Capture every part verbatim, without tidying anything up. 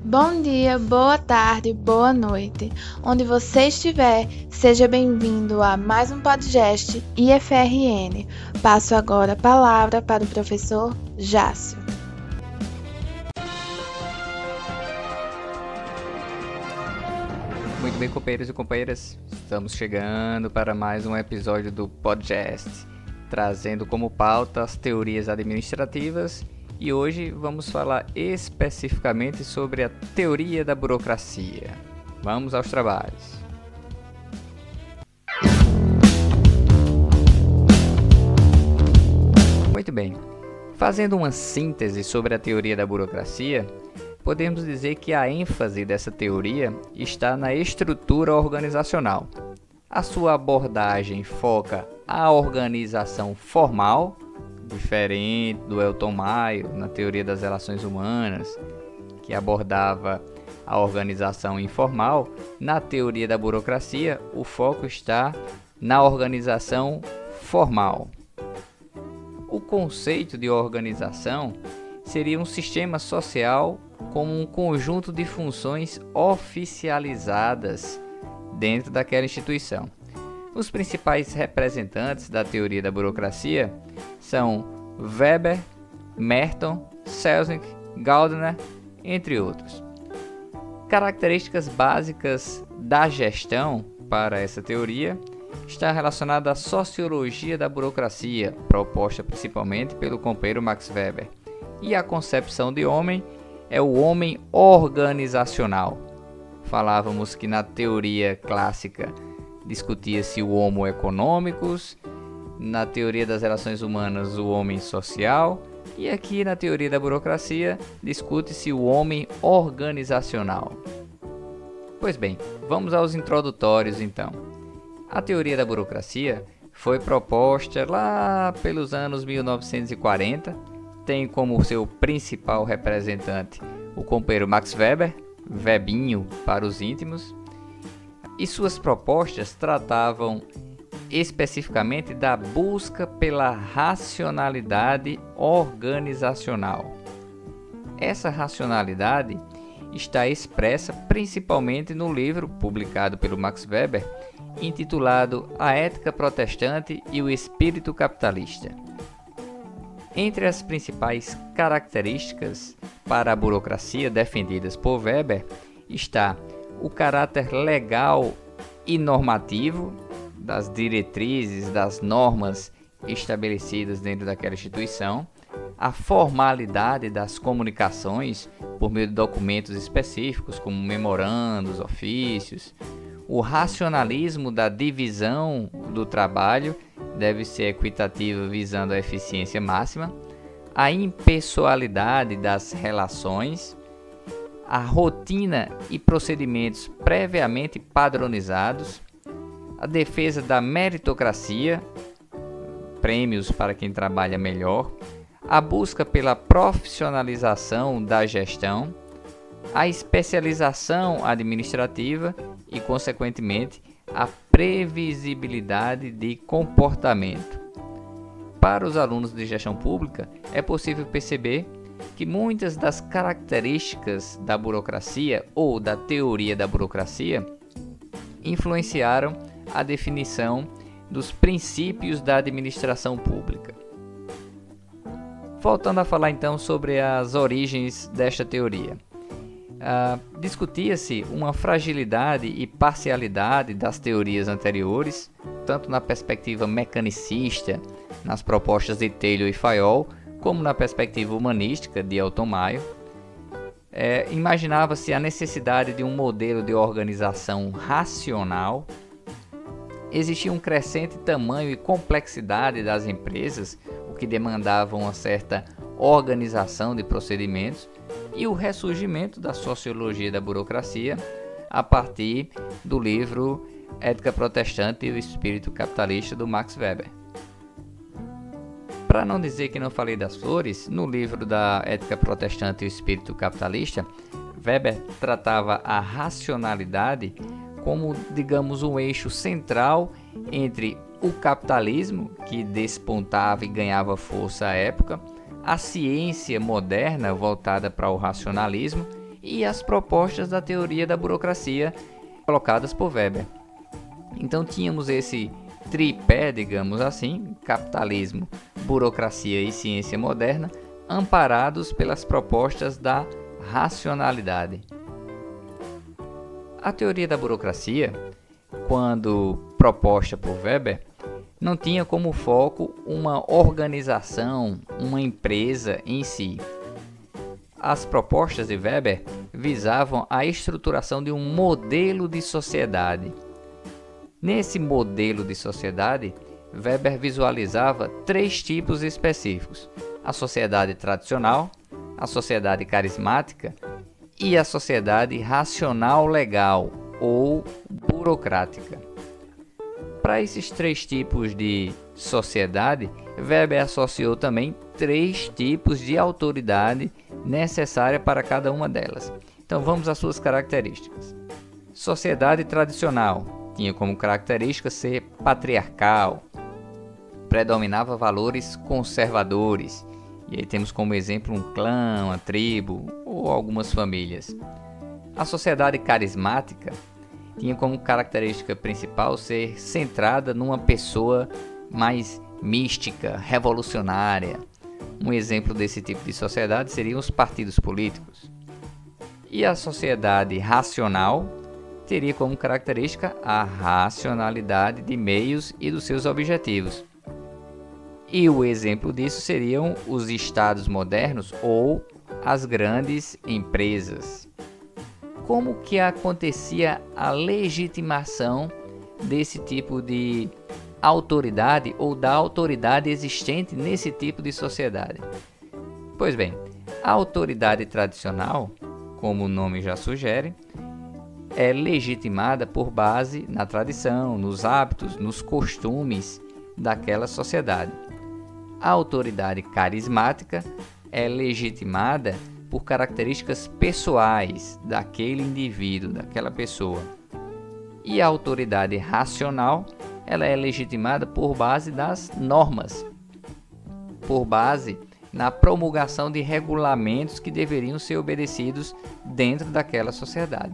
Bom dia, boa tarde, boa noite. Onde você estiver, seja bem-vindo a mais um podcast I F R N. Passo agora a palavra para o professor Jácio. Muito bem, companheiros e companheiras, estamos chegando para mais um episódio do podcast, trazendo como pauta as teorias administrativas. E hoje vamos falar especificamente sobre a teoria da burocracia. Vamos aos trabalhos. Muito bem. Fazendo uma síntese sobre a teoria da burocracia, podemos dizer que a ênfase dessa teoria está na estrutura organizacional. A sua abordagem foca a organização formal, diferente do Elton Mayo na teoria das relações humanas, que abordava a organização informal. Na teoria da burocracia, o foco está na organização formal. O conceito de organização seria um sistema social como um conjunto de funções oficializadas dentro daquela instituição. Os principais representantes da teoria da burocracia são Weber, Merton, Selznick, Gardner, entre outros. Características básicas da gestão para essa teoria está relacionada à sociologia da burocracia, proposta principalmente pelo companheiro Max Weber, e a concepção de homem é o homem organizacional. Falávamos que na teoria clássica discutia-se o homo economicus, na teoria das relações humanas o homem social, e aqui na teoria da burocracia discute-se o homem organizacional. Pois bem, vamos aos introdutórios então. A teoria da burocracia foi proposta lá pelos anos mil novecentos e quarenta, tem como seu principal representante o companheiro Max Weber, Webinho para os íntimos, e suas propostas tratavam especificamente da busca pela racionalidade organizacional. Essa racionalidade está expressa principalmente no livro publicado pelo Max Weber, intitulado A Ética Protestante e o Espírito Capitalista. Entre as principais características para a burocracia defendidas por Weber está o caráter legal e normativo das diretrizes, das normas estabelecidas dentro daquela instituição, a formalidade das comunicações por meio de documentos específicos, como memorandos, ofícios, o racionalismo da divisão do trabalho deve ser equitativa visando a eficiência máxima, a impessoalidade das relações, a rotina e procedimentos previamente padronizados, a defesa da meritocracia, prêmios para quem trabalha melhor, a busca pela profissionalização da gestão, a especialização administrativa e, consequentemente, a previsibilidade de comportamento. Para os alunos de gestão pública, é possível perceber que muitas das características da burocracia ou da teoria da burocracia influenciaram a definição dos princípios da administração pública. Voltando a falar então sobre as origens desta teoria. Uh, discutia-se uma fragilidade e parcialidade das teorias anteriores, tanto na perspectiva mecanicista, nas propostas de Taylor e Fayol, como na perspectiva humanística de Elton Mayo. É, imaginava-se a necessidade de um modelo de organização racional. Existia um crescente tamanho e complexidade das empresas, o que demandava uma certa organização de procedimentos, e o ressurgimento da sociologia da burocracia a partir do livro Ética Protestante e o Espírito Capitalista, do Max Weber. Para não dizer que não falei das flores, no livro da Ética Protestante e o Espírito Capitalista, Weber tratava a racionalidade como, digamos, um eixo central entre o capitalismo, que despontava e ganhava força à época, a ciência moderna voltada para o racionalismo e as propostas da teoria da burocracia colocadas por Weber. Então tínhamos esse tripé, digamos assim, capitalismo, burocracia e ciência moderna, amparados pelas propostas da racionalidade. A teoria da burocracia, quando proposta por Weber, não tinha como foco uma organização, uma empresa em si. As propostas de Weber visavam a estruturação de um modelo de sociedade. Nesse modelo de sociedade, Weber visualizava três tipos específicos: a sociedade tradicional, a sociedade carismática e a sociedade racional legal ou burocrática. Para esses três tipos de sociedade, Weber associou também três tipos de autoridade necessária para cada uma delas. Então vamos às suas características. Sociedade tradicional tinha como característica ser patriarcal, predominava valores conservadores, e aí temos como exemplo um clã, uma tribo ou algumas famílias. A sociedade carismática tinha como característica principal ser centrada numa pessoa mais mística, revolucionária. Um exemplo desse tipo de sociedade seriam os partidos políticos. E a sociedade racional teria como característica a racionalidade de meios e dos seus objetivos. E o exemplo disso seriam os estados modernos ou as grandes empresas. Como que acontecia a legitimação desse tipo de autoridade ou da autoridade existente nesse tipo de sociedade? Pois bem, a autoridade tradicional, como o nome já sugere, é legitimada por base na tradição, nos hábitos, nos costumes daquela sociedade. A autoridade carismática é legitimada por características pessoais daquele indivíduo, daquela pessoa. E a autoridade racional, ela é legitimada por base das normas, por base na promulgação de regulamentos que deveriam ser obedecidos dentro daquela sociedade.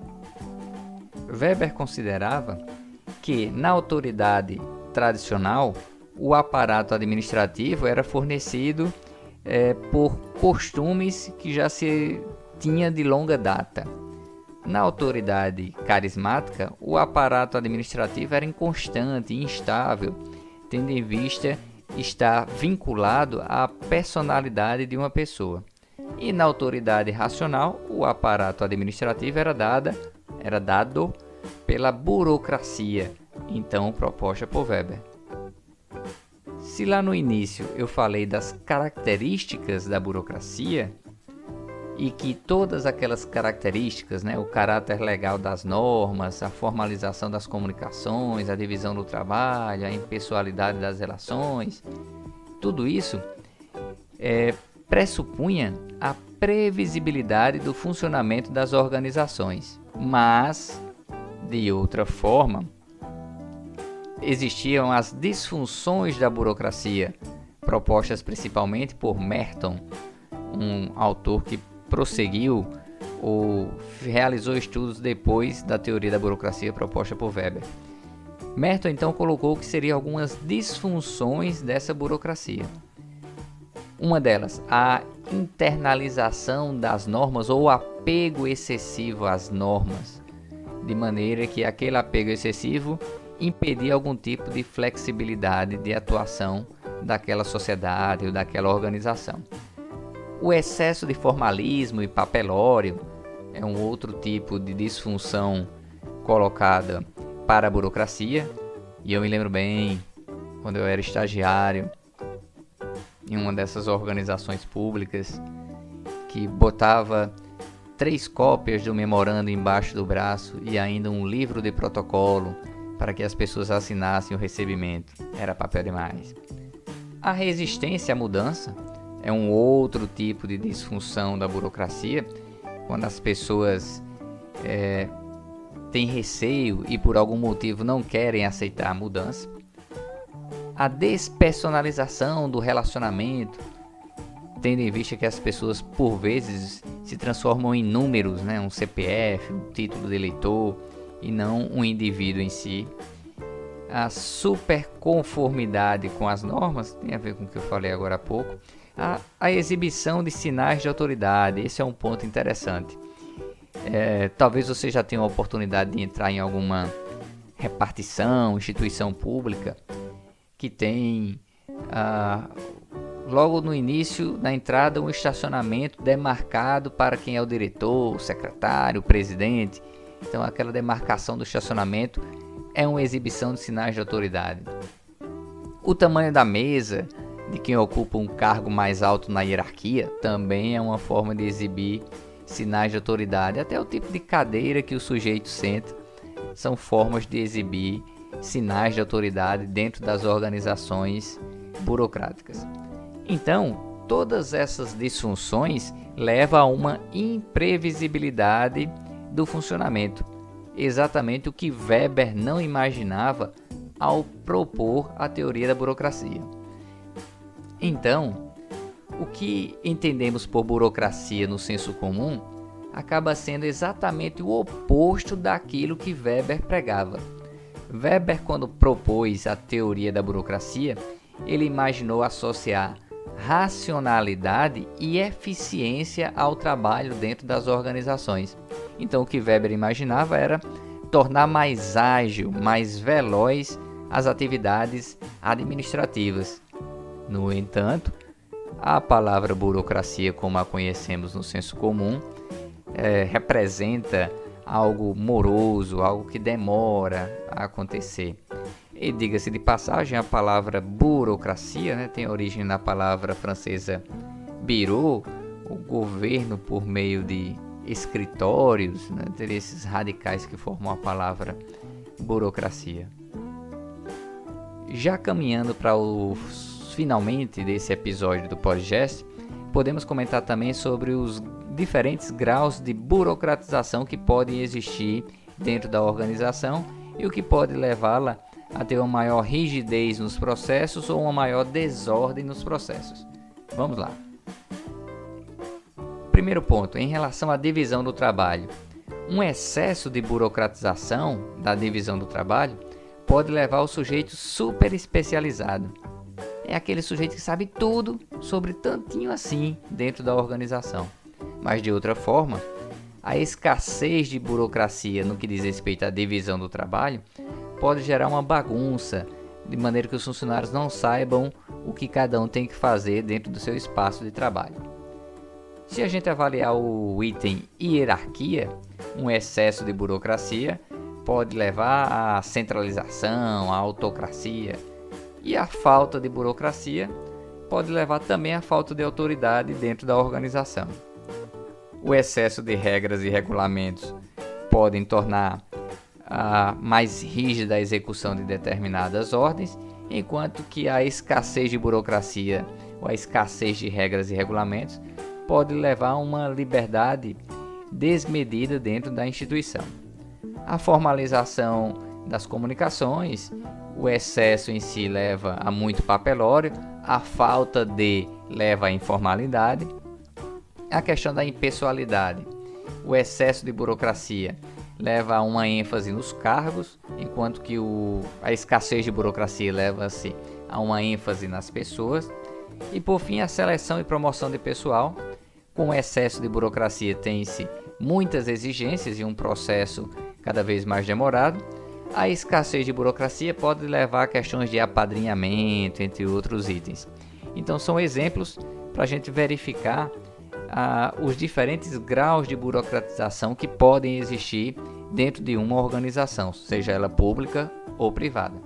Weber considerava que na autoridade tradicional o aparato administrativo era fornecido é, por costumes que já se tinha de longa data. Na autoridade carismática, o aparato administrativo era inconstante e instável, tendo em vista estar vinculado à personalidade de uma pessoa. E na autoridade racional, o aparato administrativo era, dada, era dado pela burocracia, então proposta por Weber. Se lá no início eu falei das características da burocracia e que todas aquelas características, né, o caráter legal das normas, a formalização das comunicações, a divisão do trabalho, a impessoalidade das relações, tudo isso é, pressupunha a previsibilidade do funcionamento das organizações, mas de outra forma existiam as disfunções da burocracia, propostas principalmente por Merton, um autor que prosseguiu ou realizou estudos depois da teoria da burocracia proposta por Weber. Merton então colocou que seriam algumas disfunções dessa burocracia. Uma delas, a internalização das normas ou o apego excessivo às normas, de maneira que aquele apego excessivo impedir algum tipo de flexibilidade de atuação daquela sociedade ou daquela organização. O excesso de formalismo e papelório é um outro tipo de disfunção colocada para a burocracia, e eu me lembro bem quando eu era estagiário em uma dessas organizações públicas que botava três cópias do memorando embaixo do braço e ainda um livro de protocolo para que as pessoas assinassem o recebimento. Era papel demais. A resistência à mudança é um outro tipo de disfunção da burocracia, quando as pessoas é, têm receio e por algum motivo não querem aceitar a mudança. A despersonalização do relacionamento tendo em vista que as pessoas por vezes se transformam em números, né? Um C P F, um título de eleitor e não um indivíduo em si. A superconformidade com as normas tem a ver com o que eu falei agora há pouco. A, a exibição de sinais de autoridade, esse é um ponto interessante. É, talvez você já tenha a oportunidade de entrar em alguma repartição, instituição pública que tem ah, logo no início, na entrada, um estacionamento demarcado para quem é o diretor, o secretário, o presidente. Então aquela demarcação do estacionamento é uma exibição de sinais de autoridade. O tamanho da mesa de quem ocupa um cargo mais alto na hierarquia também é uma forma de exibir sinais de autoridade. Até o tipo de cadeira que o sujeito senta são formas de exibir sinais de autoridade dentro das organizações burocráticas. Então, todas essas disfunções levam a uma imprevisibilidade do funcionamento, exatamente o que Weber não imaginava ao propor a teoria da burocracia. Então, o que entendemos por burocracia no senso comum acaba sendo exatamente o oposto daquilo que Weber pregava. Weber, quando propôs a teoria da burocracia, ele imaginou associar racionalidade e eficiência ao trabalho dentro das organizações. Então, o que Weber imaginava era tornar mais ágil, mais veloz as atividades administrativas. No entanto, a palavra burocracia, como a conhecemos no senso comum, é, representa algo moroso, algo que demora a acontecer. E diga-se de passagem, a palavra burocracia, né, tem origem na palavra francesa bureau, o governo por meio de escritórios, né, esses radicais que formam a palavra burocracia. Já caminhando para os finalmente desse episódio do podcast, podemos comentar também sobre os diferentes graus de burocratização que podem existir dentro da organização e o que pode levá-la a ter uma maior rigidez nos processos ou uma maior desordem nos processos. Vamos lá. Primeiro ponto, em relação à divisão do trabalho. Um excesso de burocratização da divisão do trabalho pode levar ao sujeito super especializado. É aquele sujeito que sabe tudo sobre tantinho assim dentro da organização. Mas de outra forma, a escassez de burocracia no que diz respeito à divisão do trabalho pode gerar uma bagunça, de maneira que os funcionários não saibam o que cada um tem que fazer dentro do seu espaço de trabalho. Se a gente avaliar o item hierarquia, um excesso de burocracia pode levar à centralização, à autocracia. E a falta de burocracia pode levar também à falta de autoridade dentro da organização. O excesso de regras e regulamentos podem tornar a mais rígida a execução de determinadas ordens, enquanto que a escassez de burocracia ou a escassez de regras e regulamentos pode levar a uma liberdade desmedida dentro da instituição. A formalização das comunicações, o excesso em si leva a muito papelório, a falta de leva à informalidade. A questão da impessoalidade, o excesso de burocracia leva a uma ênfase nos cargos, enquanto que o, a escassez de burocracia leva-se a uma ênfase nas pessoas. E por fim, a seleção e promoção de pessoal. Com o excesso de burocracia tem-se muitas exigências e um processo cada vez mais demorado. A escassez de burocracia pode levar a questões de apadrinhamento, entre outros itens. Então são exemplos para a gente verificar ah, os diferentes graus de burocratização que podem existir dentro de uma organização, seja ela pública ou privada.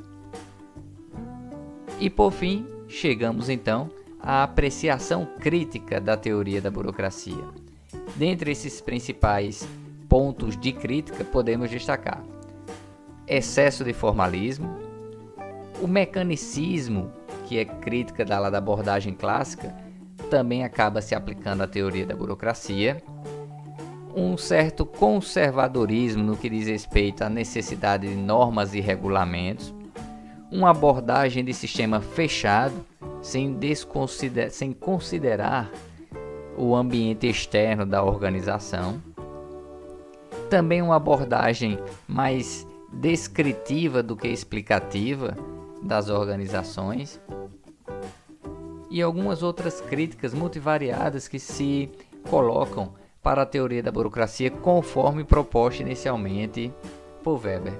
E por fim, chegamos então à apreciação crítica da teoria da burocracia. Dentre esses principais pontos de crítica, podemos destacar excesso de formalismo, o mecanicismo, que é crítica da, da abordagem clássica, também acaba se aplicando à teoria da burocracia, um certo conservadorismo no que diz respeito à necessidade de normas e regulamentos, uma abordagem de sistema fechado, sem, desconsider- sem considerar o ambiente externo da organização. Também uma abordagem mais descritiva do que explicativa das organizações. E algumas outras críticas multivariadas que se colocam para a teoria da burocracia conforme proposta inicialmente por Weber.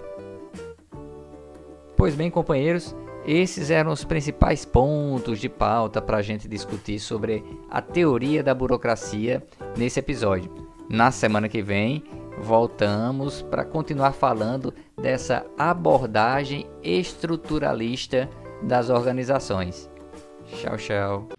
Pois bem, companheiros, esses eram os principais pontos de pauta para a gente discutir sobre a teoria da burocracia nesse episódio. Na semana que vem, voltamos para continuar falando dessa abordagem estruturalista das organizações. Tchau, tchau.